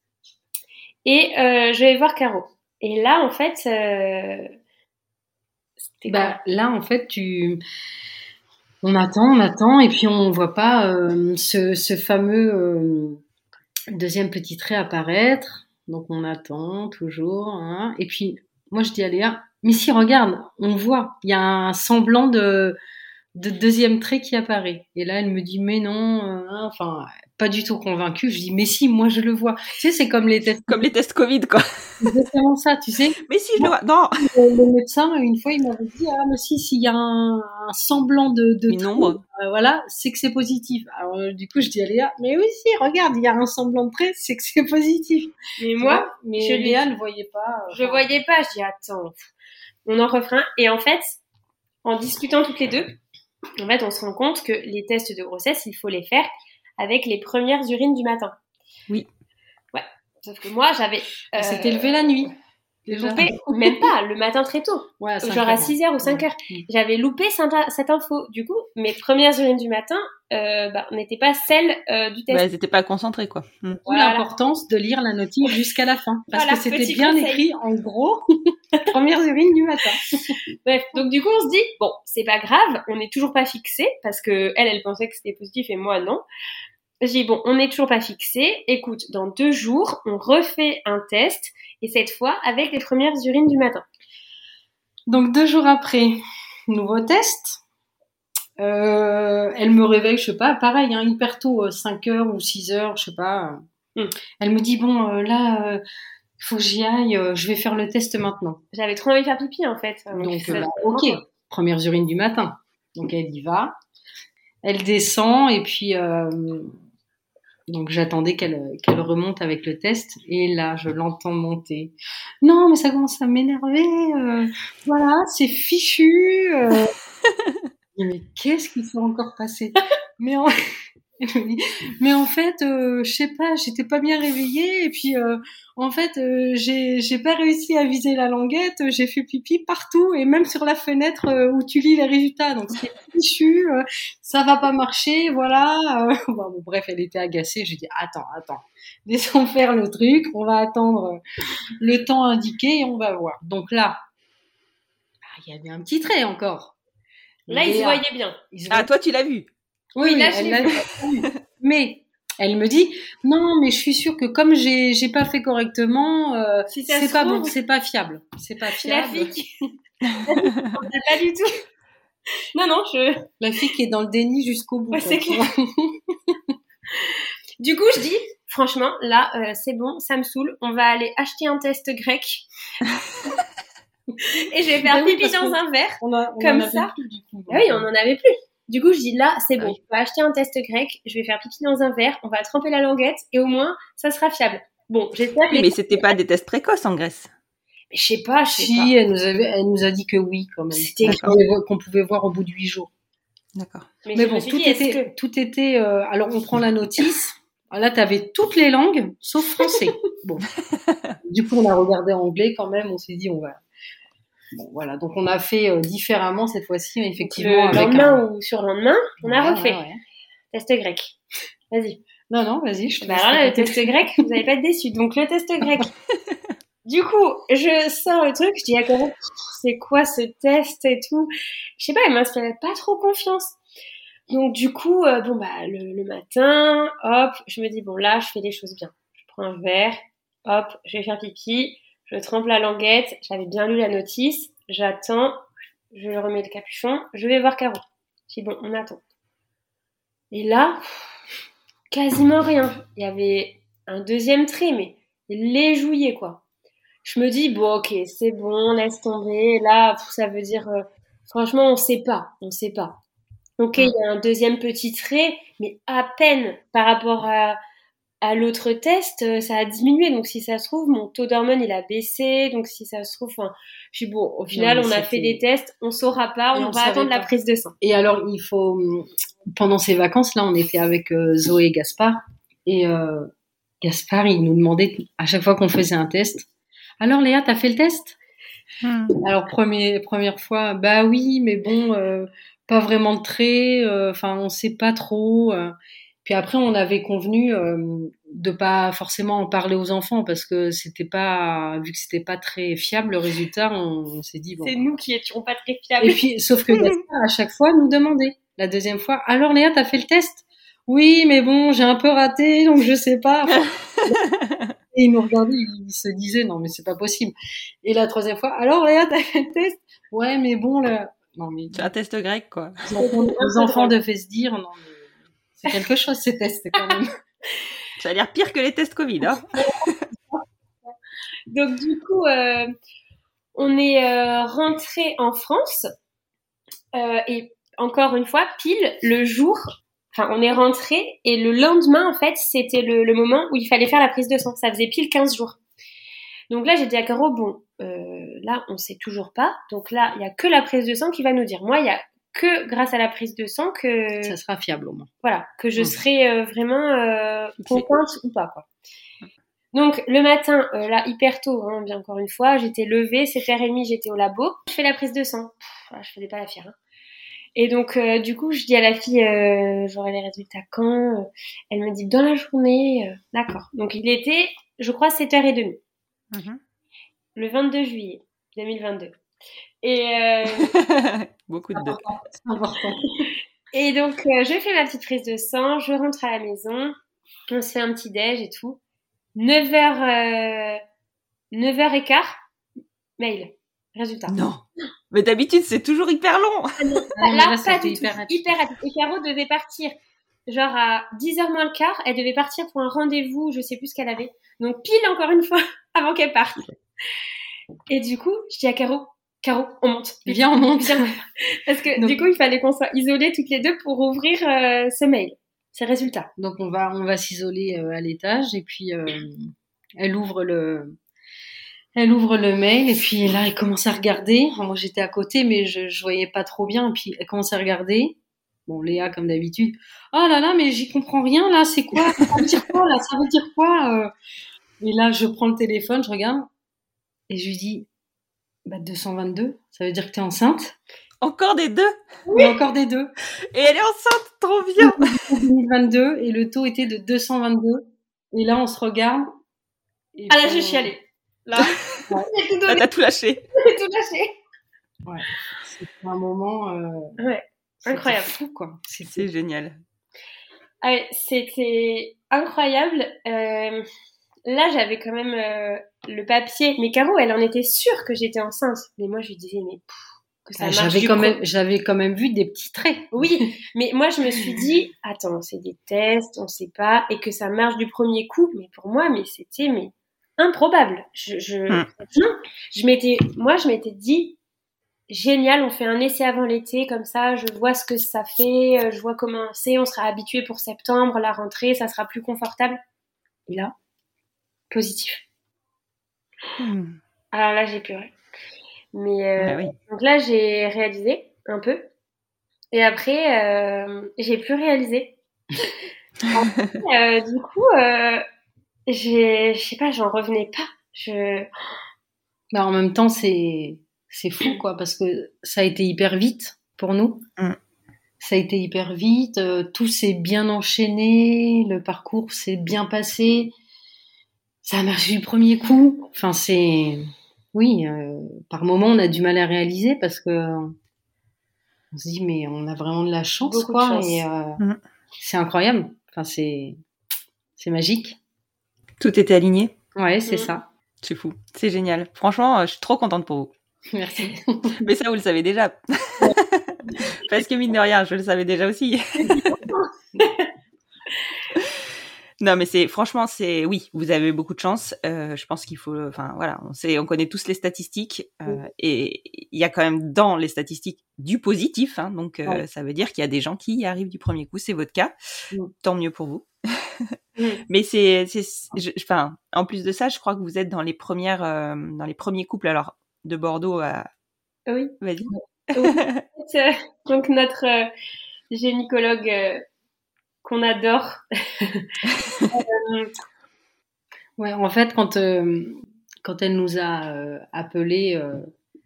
et euh, je vais voir Caro. Et là, en fait, euh, c'était bah, là, en fait, tu... on attend, on attend, et puis on voit pas euh, ce, ce fameux euh, deuxième petit trait apparaître. Donc on attend toujours, hein. Et puis moi je dis à Léa, mais si regarde, on voit, il y a un semblant de, de deuxième trait qui apparaît. Et là elle me dit mais non, euh, enfin pas du tout convaincue. Je dis mais si, moi je le vois. Tu sais, c'est comme les tests, comme les tests Covid quoi. C'est exactement ça, tu sais. Mais si je le vois, non. Le, le médecin une fois il m'avait dit ah mais si s'il y a un, un semblant de, de une ombre, euh, voilà, c'est que c'est positif. Alors euh, du coup je dis à Léa, mais oui si, regarde, il y a un semblant de trait, c'est que c'est positif. Mais moi, vois, mais je Léa ne voyait pas. Je voyais pas. Je dis attends, on en refera un. Et en fait, en discutant toutes les deux, en fait, on se rend compte que les tests de grossesse, il faut les faire avec les premières urines du matin. Oui. Ouais. Sauf que moi, j'avais... Euh, C'était levé la nuit. Déjà. Loupé, même pas, le matin très tôt. Ouais, à genre à six heures ou cinq heures. Ouais. J'avais loupé cette info. Du coup, mes premières urines du matin euh, bah, n'étaient pas celles euh, du test. Bah, elles n'étaient pas concentrées, quoi. Mmh. Voilà. L'importance de lire la notice jusqu'à la fin. Parce voilà, que c'était bien conseil. Écrit, en gros, premières urines du matin. Bref, donc du coup, on se dit, bon, c'est pas grave, on n'est toujours pas fixé, parce que elle, elle pensait que c'était positif et moi, non. J'ai dit, bon, on n'est toujours pas fixé. Écoute, dans deux jours, on refait un test, et cette fois, avec les premières urines du matin. Donc, deux jours après, nouveau test. Euh, elle me réveille, je sais pas, pareil, hein, hyper tôt, cinq heures ou six heures, je sais pas. Mm. Elle me dit, bon, euh, là, il euh, faut que j'y aille, euh, je vais faire le test maintenant. J'avais trop envie de faire pipi, en fait. Donc, Donc euh, bah, ok, premières urines du matin. Donc, elle y va. Elle descend, et puis... Euh, Donc j'attendais qu'elle, qu'elle remonte avec le test, et là je l'entends monter. Non mais ça commence à m'énerver, euh, voilà, c'est fichu. Euh... Mais qu'est-ce qui s'est encore passé? mais en... mais en fait, euh, je sais pas, j'étais pas bien réveillée et puis euh, en fait, euh, j'ai j'ai pas réussi à viser la languette, j'ai fait pipi partout et même sur la fenêtre euh, où tu lis les résultats. Donc c'est fichu, euh, ça va pas marcher, voilà. Euh, bon, bon, bref, elle était agacée. J'ai dit attends, attends, laissons faire le truc, on va attendre le temps indiqué et on va voir. Donc là, il y avait un petit trait encore. Là, il se voyait bien. Ah, toi, tu l'as vu. Oui, oui, là, elle je l'a vu. Mais elle me dit non, mais je suis sûre que comme j'ai j'ai pas fait correctement, euh, si ça c'est se pas trouve, bon, c'est pas fiable, c'est pas fiable. La fille, qui... pas du tout. Non, non, je. La fille qui est dans le déni jusqu'au bout. Ouais, quoi, c'est clair. Du coup, je dis, franchement, là, euh, c'est bon, ça me saoule. On va aller acheter un test grec. Et je vais faire oui, pipi dans un verre. On a, on comme en ça. Plus, du coup, Ah oui, on en avait plus. Du coup, je dis là, c'est bon. Ah oui. Je vais acheter un test grec. Je vais faire pipi dans un verre. On va tremper la languette et au moins, ça sera fiable. Bon, j'espère. Oui, mais c'était pas des tests précoces en Grèce. Mais je sais pas, je sais si, pas. elle nous avait, elle nous a dit que oui, quand même. C'était qu'on pouvait, qu'on pouvait voir au bout de huit jours. D'accord. Mais, mais je bon, me suis tout dit, était, est-ce que... tout était. Euh, alors, on prend la notice. Là, t'avais toutes les langues sauf français. Bon. Du coup, on a regardé anglais quand même. On s'est dit, on va. Bon, voilà. Donc, on a fait euh, différemment cette fois-ci, effectivement. Le avec lendemain un... ou sur le lendemain, on a ouais, refait. Ouais, ouais. Test grec. Vas-y. Non, non, vas-y. Je te bah alors là, le test grec, vous n'allez pas être déçus. Donc, le test grec. Du coup, je sors le truc, je dis à Caro, c'est quoi ce test et tout. Je sais pas, elle m'inspirait pas trop confiance. Donc, du coup, euh, bon, bah, le, le matin, hop, je me dis, bon, là, je fais les choses bien. Je prends un verre, hop, je vais faire pipi, je trempe la languette, j'avais bien lu la notice, j'attends, je remets le capuchon, je vais voir Caro. Je dis, bon, on attend. Et là, quasiment rien. Il y avait un deuxième trait, mais léjouillé, quoi. Je me dis, bon, ok, c'est bon, laisse tomber. Là, ça veut dire, euh, franchement, on sait pas, on sait pas. Ok, il y a un deuxième petit trait, mais à peine par rapport à, à l'autre test, ça a diminué. Donc, si ça se trouve, mon taux d'hormones, il a baissé. Donc, si ça se trouve, enfin, je suis bon, au final, non, on a fait des tests, on saura pas, on, on va attendre pas. La prise de sang. Et alors, il faut, pendant ces vacances, là, on était avec euh, Zoé et Gaspard. Et euh, Gaspard, il nous demandait, à chaque fois qu'on faisait un test, alors Léa, t'as fait le test? hmm. Alors, premier, première fois, bah oui, mais bon... Euh, pas vraiment de traits, enfin euh, on sait pas trop. Euh. Puis après on avait convenu euh, de pas forcément en parler aux enfants parce que c'était pas, vu que c'était pas très fiable le résultat, on, on s'est dit bon. C'est nous qui étions pas très fiables. Et puis sauf que Gaspard à chaque fois nous demandait. La deuxième fois, alors Léa t'as fait le test? Oui mais bon j'ai un peu raté donc je sais pas. Enfin, et il nous regardait, il se disait non mais c'est pas possible. Et la troisième fois, alors Léa t'as fait le test? Ouais mais bon là. Non, mais c'est un test grec, quoi. Les enfants devaient se dire, non, mais c'est quelque chose, ces tests, quand même. Ça a l'air pire que les tests Covid, hein. Donc, du coup, euh, on est euh, rentré en France, euh, et encore une fois, pile le jour, enfin, on est rentré, et le lendemain, en fait, c'était le, le moment où il fallait faire la prise de sang. Ça faisait pile quinze jours. Donc là, j'ai dit à Caro, bon, euh, là, on sait toujours pas. Donc là, il y a que la prise de sang qui va nous dire. Moi, il y a que grâce à la prise de sang que... Ça sera fiable au moins. Voilà, que je mmh. serai euh, vraiment euh, contente ou pas, quoi. Donc, le matin, euh, là, hyper tôt, hein, bien encore une fois, j'étais levée, sept heures trente, j'étais au labo. Je fais la prise de sang. Pff, je faisais pas la fière. Hein. Et donc, euh, du coup, je dis à la fille, euh, j'aurai les résultats quand? Elle me dit, dans la journée. Euh, d'accord. Donc, il était, je crois, sept heures trente. Mmh. Le vingt-deux juillet deux mille vingt-deux. Et euh... beaucoup de deux. C'est important. Et donc, euh, je fais ma petite prise de sang, je rentre à la maison, on se fait un petit déj et tout. neuf heures, euh... neuf heures quinze, mail, résultat. Non, mais d'habitude, c'est toujours hyper long. Ah non, ah, là, là, pas du tout. Hyper rapide. Hyper rapide. Et Caro devait partir, genre à dix heures moins le quart, elle devait partir pour un rendez-vous, je sais plus ce qu'elle avait. Donc, pile encore une fois, avant qu'elle parte. Et du coup, je dis à Caro, Caro, on monte. Viens, on monte. Viens. Parce que Donc, du coup, il fallait qu'on soit isolés toutes les deux pour ouvrir euh, ce mail, ces résultats. Donc, on va, on va s'isoler euh, à l'étage et puis euh, elle ouvre le, elle ouvre le mail et puis là, elle commence à regarder. Moi, j'étais à côté, mais je, je voyais pas trop bien. Et puis, elle commence à regarder. bon, Léa, comme d'habitude, oh là là, mais j'y comprends rien, là, c'est quoi? Ça veut dire quoi, là? Ça veut dire quoi? Et là, je prends le téléphone, je regarde, et je lui dis, bah, deux cent vingt-deux, ça veut dire que t'es enceinte? Encore des deux? Oui, encore des deux. Et elle est enceinte, trop bien! deux mille vingt-deux, et le taux était de deux cent vingt-deux. Et là, on se regarde. Et ah là, je suis allée. Là, ouais. Là, t'as tout lâché. J'ai tout lâché. Ouais. C'était un moment. Euh... Ouais. Incroyable. Fou, quoi. C'était... C'est génial. Ah ouais, c'était incroyable. Euh, là, j'avais quand même euh, le papier. Mais Caro, elle en était sûre que j'étais enceinte. Mais moi, je lui disais, mais pff, que ça ah, marche. J'avais du quand, coup. même, j'avais quand même vu des petits traits. Oui, mais moi, je me suis dit, attends, c'est des tests, on sait pas, et que ça marche du premier coup. Mais pour moi, mais c'était mais improbable. Je, je, hum. non, je m'étais, moi, je m'étais dit, génial, on fait un essai avant l'été, comme ça, je vois ce que ça fait, je vois comment c'est, on sera habitué pour septembre, la rentrée, ça sera plus confortable. Et là, positif. Hum. Alors là, j'ai pleuré. Mais euh, bah oui. donc là, j'ai réalisé un peu. Et après, euh, j'ai plus réalisé. Après, euh, du coup, euh, j'ai, je sais pas, j'en revenais pas. Je... Bah, en même temps, c'est, c'est fou, quoi, parce que ça a été hyper vite pour nous. Mm. Ça a été hyper vite. Euh, tout s'est bien enchaîné. Le parcours s'est bien passé. Ça a marché du premier coup. Enfin, c'est... Oui, euh, par moments, on a du mal à réaliser parce que on se dit, mais on a vraiment de la chance, Beaucoup quoi. de chance. Et euh, Mm. c'est incroyable. Enfin, c'est, c'est magique. Tout était aligné. Ouais, c'est Mm. ça. C'est fou. C'est génial. Franchement, je suis trop contente pour vous. Merci. Mais ça, vous le savez déjà. Parce que mine de rien, je le savais déjà aussi. Non, mais c'est franchement, c'est oui, vous avez beaucoup de chance. Euh, je pense qu'il faut, enfin voilà, on sait, on connaît tous les statistiques euh, oui. Et il y a quand même dans les statistiques du positif. Hein, donc euh, ouais. Ça veut dire qu'il y a des gens qui y arrivent du premier coup. C'est votre cas. Oui. Tant mieux pour vous. Oui. Mais c'est, c'est, enfin, en plus de ça, je crois que vous êtes dans les premières, euh, dans les premiers couples. Alors de Bordeaux à. Oui. Vas-y. Oui. Donc notre euh, gynécologue. Euh... qu'on adore. euh... Ouais, en fait, quand euh, quand elle nous a euh, appelé euh,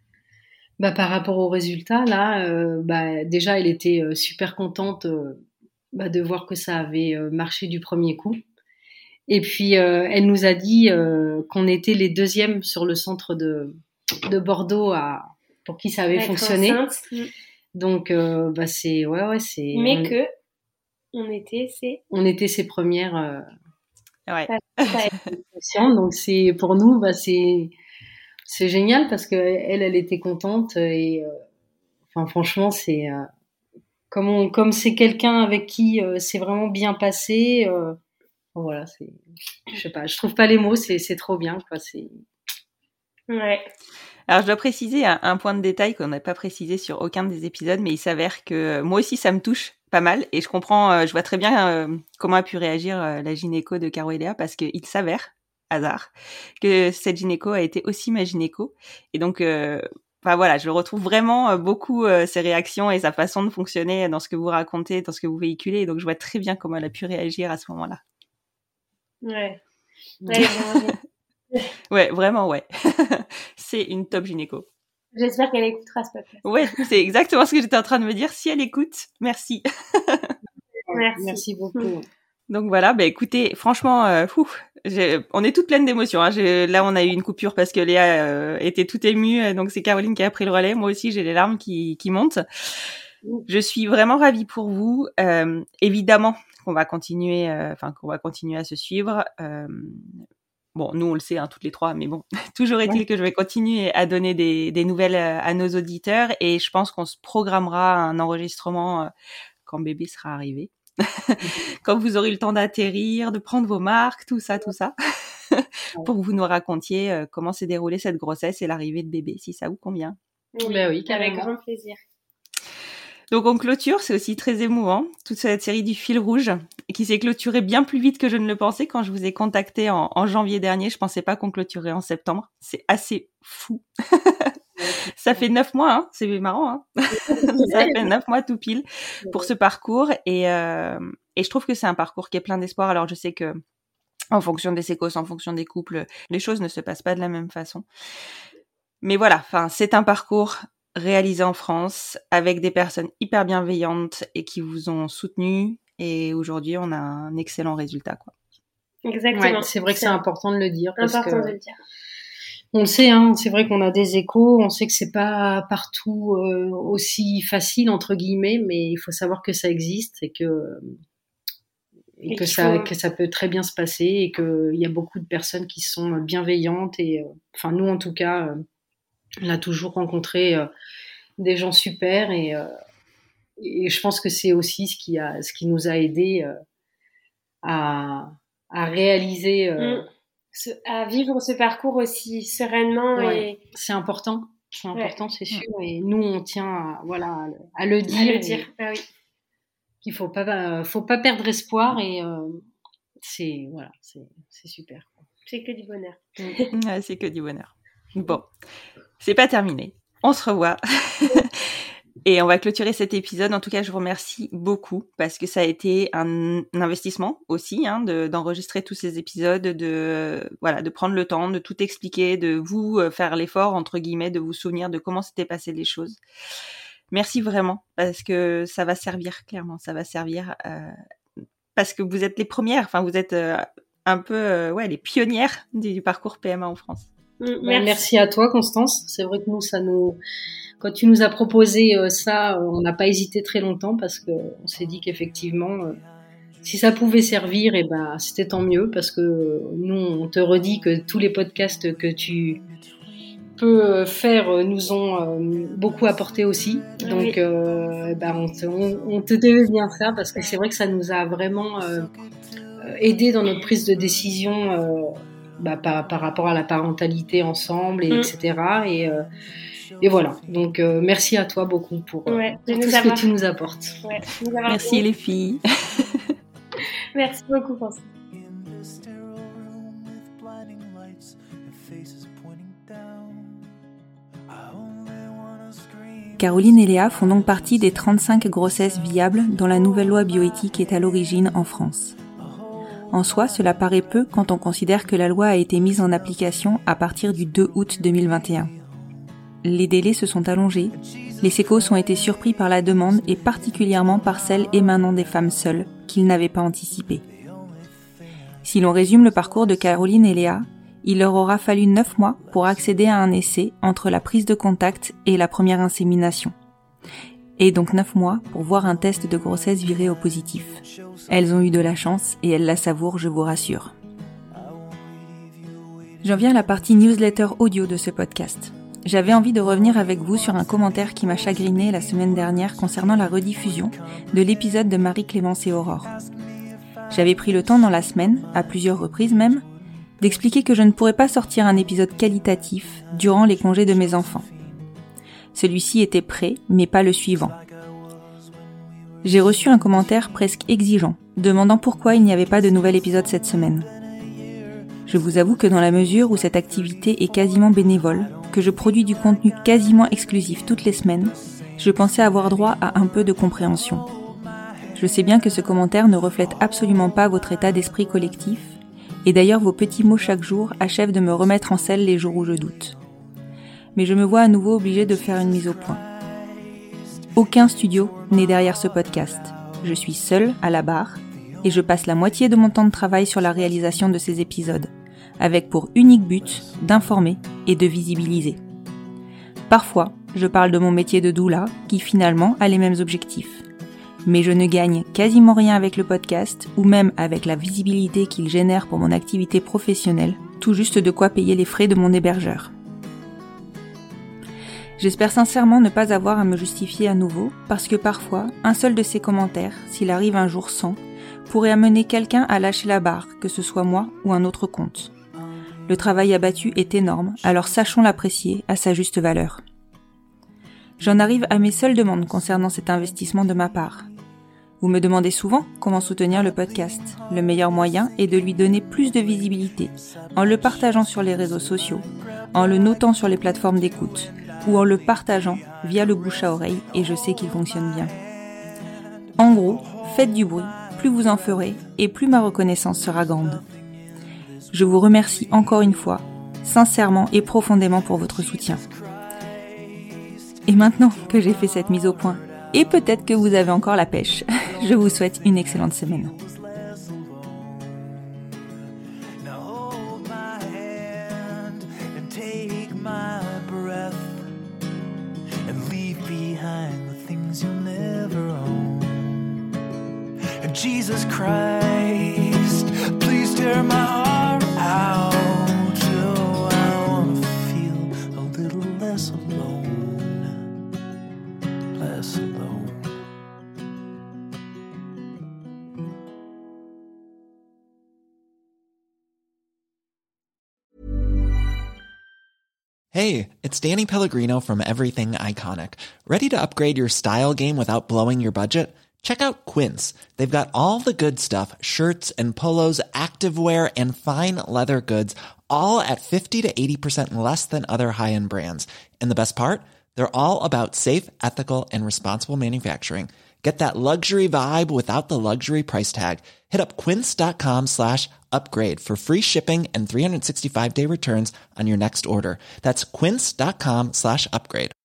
bah, par rapport aux résultats, là, euh, bah, déjà, elle était euh, super contente euh, bah, de voir que ça avait euh, marché du premier coup. Et puis, euh, elle nous a dit euh, qu'on était les deuxièmes sur le centre de de Bordeaux à pour qui ça avait Être fonctionné. Enceinte. Donc, euh, bah, c'est ouais, ouais, c'est. Mais on... que On était ses... On était ses premières euh... ouais. patientes, donc c'est pour nous bah c'est c'est génial parce que elle elle était contente et euh... enfin franchement c'est euh... comme on comme c'est quelqu'un avec qui euh, c'est vraiment bien passé euh... voilà c'est je sais pas je trouve pas les mots c'est c'est trop bien quoi c'est ouais. Alors, je dois préciser un, un point de détail qu'on n'a pas précisé sur aucun des épisodes, mais il s'avère que moi aussi, ça me touche pas mal. Et je comprends, euh, je vois très bien euh, comment a pu réagir euh, la gynéco de Caro et Léa, parce qu'il s'avère, hasard, que cette gynéco a été aussi ma gynéco. Et donc, euh, enfin voilà, je retrouve vraiment euh, beaucoup euh, ses réactions et sa façon de fonctionner dans ce que vous racontez, dans ce que vous véhiculez. Et donc, je vois très bien comment elle a pu réagir à ce moment-là. Ouais. Ouais, ouais, vraiment, ouais. C'est une top gynéco. J'espère qu'elle écoutera ce podcast. Ouais, c'est exactement ce que j'étais en train de me dire. Si elle écoute, merci. Merci. Merci beaucoup. Donc voilà, bah écoutez, franchement, euh, fou, j'ai, on est toutes pleines d'émotions. Hein. J'ai, là, on a eu une coupure parce que Léa euh, était toute émue, donc c'est Caroline qui a pris le relais. Moi aussi, j'ai les larmes qui, qui montent. Je suis vraiment ravie pour vous. Euh, évidemment qu'on va continuer, enfin euh, qu'on va continuer à se suivre. Euh, Bon, nous, on le sait, hein, toutes les trois, mais bon, toujours est-il ouais. que je vais continuer à donner des, des nouvelles à nos auditeurs et je pense qu'on se programmera un enregistrement euh, quand bébé sera arrivé, quand vous aurez le temps d'atterrir, de prendre vos marques, tout ça, tout ça, pour que vous nous racontiez euh, comment s'est déroulée cette grossesse et l'arrivée de bébé, si ça vous convient. Oui, ben oui, avec grand plaisir. Donc on clôture, c'est aussi très émouvant, toute cette série du fil rouge, qui s'est clôturée bien plus vite que je ne le pensais. Quand je vous ai contacté en, en janvier dernier, je pensais pas qu'on clôturerait en septembre. C'est assez fou. Ça fait neuf mois, hein. C'est marrant, hein. Ça fait neuf mois tout pile pour ce parcours et euh, et je trouve que c'est un parcours qui est plein d'espoir. Alors je sais que en fonction des sécos, en fonction des couples, les choses ne se passent pas de la même façon. Mais voilà, enfin c'est un parcours réalisé en France avec des personnes hyper bienveillantes et qui vous ont soutenu et aujourd'hui on a un excellent résultat, quoi. Exactement. Ouais, c'est vrai que c'est important de le dire parce important que de le dire. On le sait, hein, c'est vrai qu'on a des échos, on sait que c'est pas partout euh, aussi facile entre guillemets, mais il faut savoir que ça existe et que et, et que ça faut... que ça peut très bien se passer et que il y a beaucoup de personnes qui sont bienveillantes et euh, enfin nous en tout cas, euh, on a toujours rencontré euh, des gens super et euh, et je pense que c'est aussi ce qui a ce qui nous a aidé euh, à à réaliser. Euh, mmh. Ce, à vivre ce parcours aussi sereinement. Ouais, et c'est important, c'est important, ouais. C'est sûr. Ouais. Et nous, on tient à, voilà, à le dire. À le dire, ah oui. Qu'il faut pas, faut pas perdre espoir et euh, c'est voilà, c'est, c'est super. C'est que du bonheur. Ouais, c'est que du bonheur. Bon, c'est pas terminé. On se revoit. Et on va clôturer cet épisode. En tout cas, je vous remercie beaucoup parce que ça a été un, un investissement aussi, hein, de, d'enregistrer tous ces épisodes, de voilà, de prendre le temps, de tout expliquer, de vous faire l'effort entre guillemets, de vous souvenir de comment s'étaient passées les choses. Merci vraiment parce que ça va servir clairement, ça va servir euh, parce que vous êtes les premières, enfin vous êtes euh, un peu euh, ouais les pionnières du, du parcours P M A en France. Merci. Merci à toi, Constance. C'est vrai que nous, ça nous Quand tu nous as proposé euh, ça, euh, on n'a pas hésité très longtemps parce que on s'est dit qu'effectivement, euh, si ça pouvait servir, et ben c'était tant mieux parce que euh, nous, on te redit que tous les podcasts que tu peux faire euh, nous ont euh, beaucoup apporté aussi. Donc, euh, ben on te, on, on te devait bien faire parce que c'est vrai que ça nous a vraiment euh, aidé dans notre prise de décision euh, bah, par, par rapport à la parentalité ensemble, et, mmh. et cetera. Et euh, Et voilà, donc euh, merci à toi beaucoup pour, euh, ouais, pour tout ce avoir... que tu nous apportes. Ouais, nous merci fait. Les filles. Merci beaucoup pour ça. Caroline et Léa font donc partie des trente-cinq grossesses viables dont la nouvelle loi bioéthique est à l'origine en France. En soi, cela paraît peu quand on considère que la loi a été mise en application à partir du deux août deux mille vingt et un. Les délais se sont allongés, les sécos ont été surpris par la demande et particulièrement par celle émanant des femmes seules, qu'ils n'avaient pas anticipées. Si l'on résume le parcours de Caroline et Léa, il leur aura fallu neuf mois pour accéder à un essai entre la prise de contact et la première insémination. Et donc neuf mois pour voir un test de grossesse virer au positif. Elles ont eu de la chance et elles la savourent, je vous rassure. J'en viens à la partie newsletter audio de ce podcast. J'avais envie de revenir avec vous sur un commentaire qui m'a chagriné la semaine dernière concernant la rediffusion de l'épisode de Marie-Clémence et Aurore. J'avais pris le temps dans la semaine, à plusieurs reprises même, d'expliquer que je ne pourrais pas sortir un épisode qualitatif durant les congés de mes enfants. Celui-ci était prêt, mais pas le suivant. J'ai reçu un commentaire presque exigeant, demandant pourquoi il n'y avait pas de nouvel épisode cette semaine. Je vous avoue que dans la mesure où cette activité est quasiment bénévole, que je produis du contenu quasiment exclusif toutes les semaines, je pensais avoir droit à un peu de compréhension. Je sais bien que ce commentaire ne reflète absolument pas votre état d'esprit collectif, et d'ailleurs vos petits mots chaque jour achèvent de me remettre en selle les jours où je doute. Mais je me vois à nouveau obligée de faire une mise au point. Aucun studio n'est derrière ce podcast. Je suis seule à la barre, et je passe la moitié de mon temps de travail sur la réalisation de ces épisodes, avec pour unique but d'informer et de visibiliser. Parfois, je parle de mon métier de doula, qui finalement a les mêmes objectifs. Mais je ne gagne quasiment rien avec le podcast, ou même avec la visibilité qu'il génère pour mon activité professionnelle, tout juste de quoi payer les frais de mon hébergeur. J'espère sincèrement ne pas avoir à me justifier à nouveau, parce que parfois, un seul de ces commentaires, s'il arrive un jour sans, pourrait amener quelqu'un à lâcher la barre, que ce soit moi ou un autre compte. Le travail abattu est énorme, alors sachons l'apprécier à sa juste valeur. J'en arrive à mes seules demandes concernant cet investissement de ma part. Vous me demandez souvent comment soutenir le podcast. Le meilleur moyen est de lui donner plus de visibilité, en le partageant sur les réseaux sociaux, en le notant sur les plateformes d'écoute, ou en le partageant via le bouche à oreille et je sais qu'il fonctionne bien. En gros, faites du bruit, plus vous en ferez et plus ma reconnaissance sera grande. Je vous remercie encore une fois, sincèrement et profondément pour votre soutien. Et maintenant que j'ai fait cette mise au point, et peut-être que vous avez encore la pêche, je vous souhaite une excellente semaine. Jesus Christ, please tear my heart out. Oh, I wanna feel a little less alone, less alone. Hey, it's Danny Pellegrino from Everything Iconic. Ready to upgrade your style game without blowing your budget? Check out Quince. They've got all the good stuff, shirts and polos, activewear, and fine leather goods, all at fifty to eighty percent less than other high-end brands. And the best part? They're all about safe, ethical, and responsible manufacturing. Get that luxury vibe without the luxury price tag. Hit up quince.com slash upgrade for free shipping and three sixty-five day returns on your next order. That's quince.com slash upgrade.